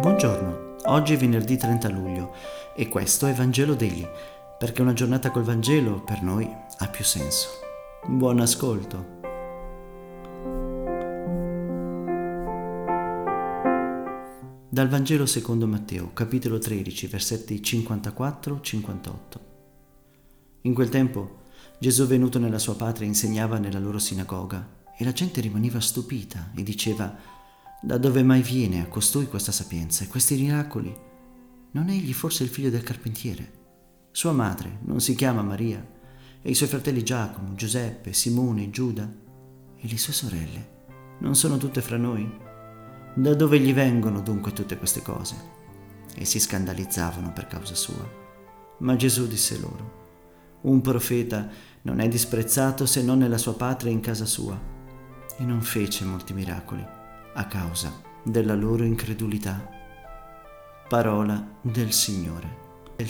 Buongiorno, oggi è venerdì 30 luglio e questo è Vangelo Daily, perché una giornata col Vangelo per noi ha più senso. Buon ascolto. Dal Vangelo secondo Matteo, capitolo 13, versetti 54-58. In quel tempo Gesù, venuto nella sua patria, insegnava nella loro sinagoga e la gente rimaneva stupita e diceva: da dove mai viene a costui questa sapienza e questi miracoli? Non è egli forse il figlio del carpentiere? Sua madre non si chiama Maria? E i suoi fratelli Giacomo, Giuseppe, Simone, Giuda? E le sue sorelle? Non sono tutte fra noi? Da dove gli vengono dunque tutte queste cose? E si scandalizzavano per causa sua. Ma Gesù disse loro: un profeta non è disprezzato se non nella sua patria e in casa sua. E non fece molti miracoli a causa della loro incredulità. Parola del Signore.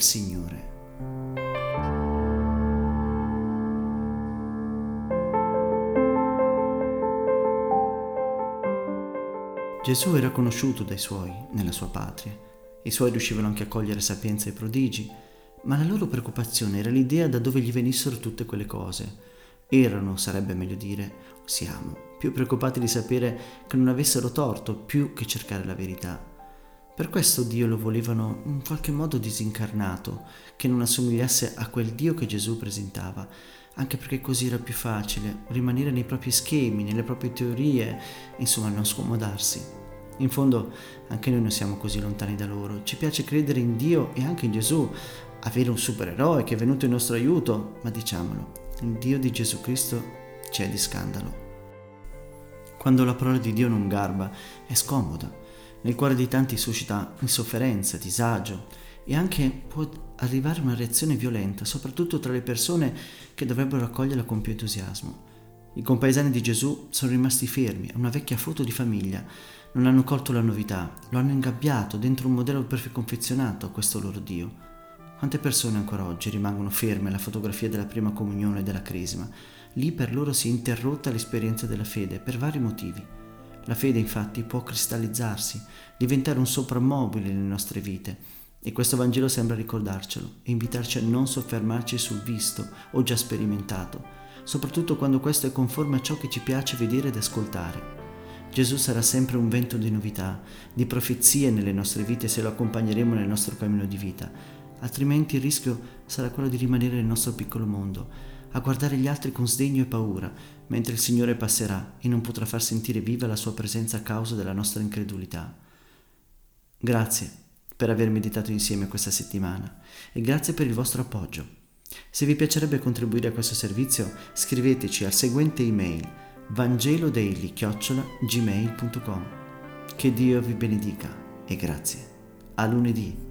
Gesù era conosciuto dai suoi nella sua patria. I suoi riuscivano anche a cogliere sapienza e prodigi, ma la loro preoccupazione era l'idea da dove gli venissero tutte quelle cose. Erano, sarebbe meglio dire, siamo, più preoccupati di sapere che non avessero torto più che cercare la verità. Per questo Dio lo volevano in qualche modo disincarnato, che non assomigliasse a quel Dio che Gesù presentava, anche perché così era più facile rimanere nei propri schemi, nelle proprie teorie, insomma non scomodarsi. In fondo anche noi non siamo così lontani da loro, ci piace credere in Dio e anche in Gesù, avere un supereroe che è venuto in nostro aiuto, ma diciamolo, il Dio di Gesù Cristo ci è di scandalo. Quando la parola di Dio non garba, è scomoda, nel cuore di tanti suscita insofferenza, disagio e anche può arrivare una reazione violenta, soprattutto tra le persone che dovrebbero accoglierla con più entusiasmo. I compaesani di Gesù sono rimasti fermi a una vecchia foto di famiglia, non hanno colto la novità, lo hanno ingabbiato dentro un modello preconfezionato a questo loro Dio. Quante persone ancora oggi rimangono ferme alla fotografia della prima comunione e della crisma? Lì per loro si è interrotta l'esperienza della fede per vari motivi. La fede infatti può cristallizzarsi, diventare un soprammobile nelle nostre vite e questo Vangelo sembra ricordarcelo e invitarci a non soffermarci sul visto o già sperimentato, soprattutto quando questo è conforme a ciò che ci piace vedere ed ascoltare. Gesù sarà sempre un vento di novità, di profezie nelle nostre vite se lo accompagneremo nel nostro cammino di vita. Altrimenti il rischio sarà quello di rimanere nel nostro piccolo mondo, a guardare gli altri con sdegno e paura, mentre il Signore passerà e non potrà far sentire viva la sua presenza a causa della nostra incredulità. Grazie per aver meditato insieme questa settimana e grazie per il vostro appoggio. Se vi piacerebbe contribuire a questo servizio, scriveteci al seguente email: vangelodaily@gmail.com. Che Dio vi benedica e grazie. A lunedì.